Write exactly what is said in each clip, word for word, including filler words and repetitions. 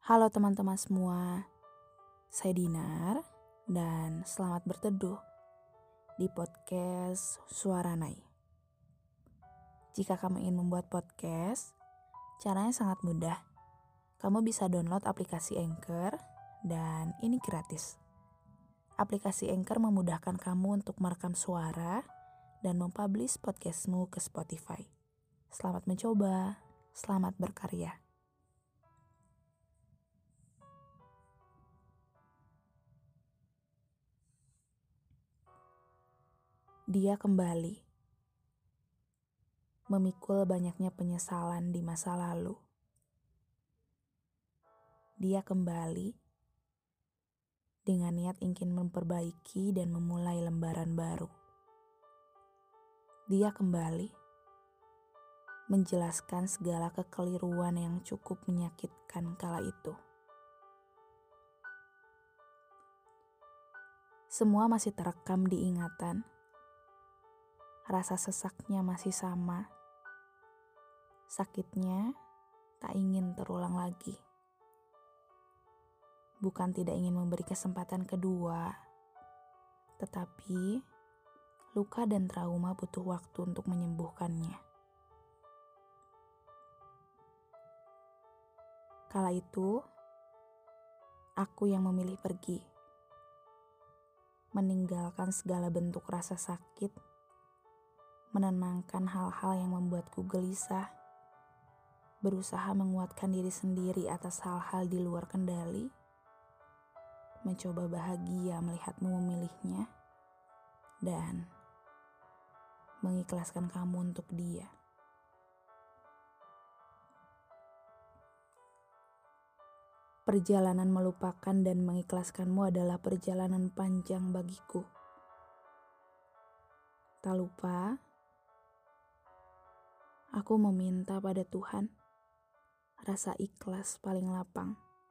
Halo teman-teman semua, saya Dinar dan selamat berteduh di podcast Suara Nai. Jika kamu ingin membuat podcast, caranya sangat mudah. Kamu bisa download aplikasi Anchor dan ini gratis. Aplikasi Anchor memudahkan kamu untuk merekam suara dan mempublish podcastmu ke Spotify. Selamat mencoba, selamat berkarya. Dia kembali, memikul banyaknya penyesalan di masa lalu. Dia kembali dengan niat ingin memperbaiki dan memulai lembaran baru. Dia kembali menjelaskan segala kekeliruan yang cukup menyakitkan kala itu. Semua masih terekam di ingatan. Rasa sesaknya masih sama. Sakitnya tak ingin terulang lagi. Bukan tidak ingin memberi kesempatan kedua, tetapi luka dan trauma butuh waktu untuk menyembuhkannya. Kala itu, aku yang memilih pergi, meninggalkan segala bentuk rasa sakit, menenangkan hal-hal yang membuatku gelisah, berusaha menguatkan diri sendiri atas hal-hal di luar kendali, mencoba bahagia melihatmu memilihnya, dan mengikhlaskan kamu untuk dia. Perjalanan melupakan dan mengikhlaskanmu adalah perjalanan panjang bagiku. Tak lupa, aku meminta pada Tuhan rasa ikhlas paling lapang.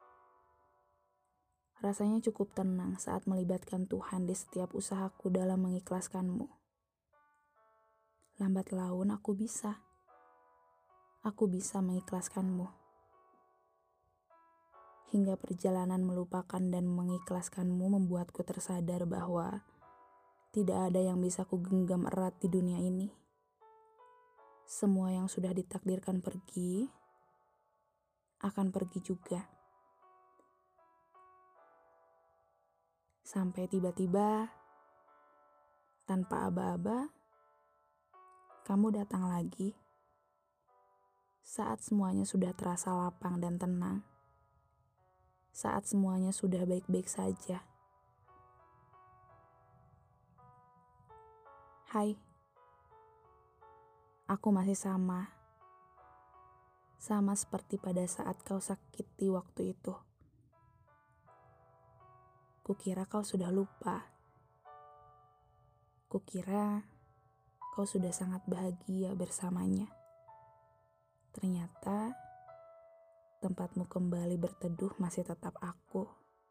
Rasanya cukup tenang saat melibatkan Tuhan di setiap usahaku dalam mengikhlaskanmu. Lambat laun aku bisa. Aku bisa mengikhlaskanmu. Hingga perjalanan melupakan dan mengikhlaskanmu membuatku tersadar bahwa tidak ada yang bisa kugenggam erat di dunia ini. Semua yang sudah ditakdirkan pergi, akan pergi juga. Sampai tiba-tiba, tanpa aba-aba, kamu datang lagi. Saat semuanya sudah terasa lapang dan tenang. Saat semuanya sudah baik-baik saja. Hai, aku masih sama. Sama seperti pada saat kau sakit di waktu itu. Kukira kau sudah lupa. Kukira kau sudah sangat bahagia bersamanya. Ternyata tempatmu kembali berteduh masih tetap aku.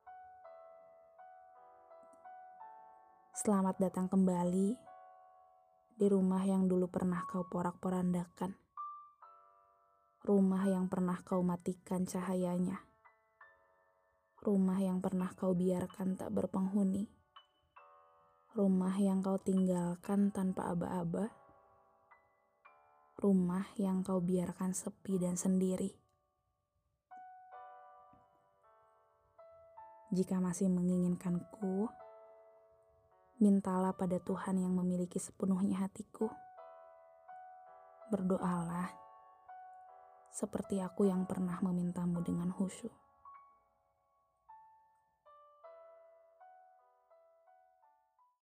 Selamat datang kembali di rumah yang dulu pernah kau porak-porandakan. Rumah yang pernah kau matikan cahayanya. Rumah yang pernah kau biarkan tak berpenghuni. Rumah yang kau tinggalkan tanpa aba-aba. Rumah yang kau biarkan sepi dan sendiri. Jika masih menginginkanku, mintalah pada Tuhan yang memiliki sepenuhnya hatiku. Berdoalah seperti aku yang pernah memintamu dengan khusyuk.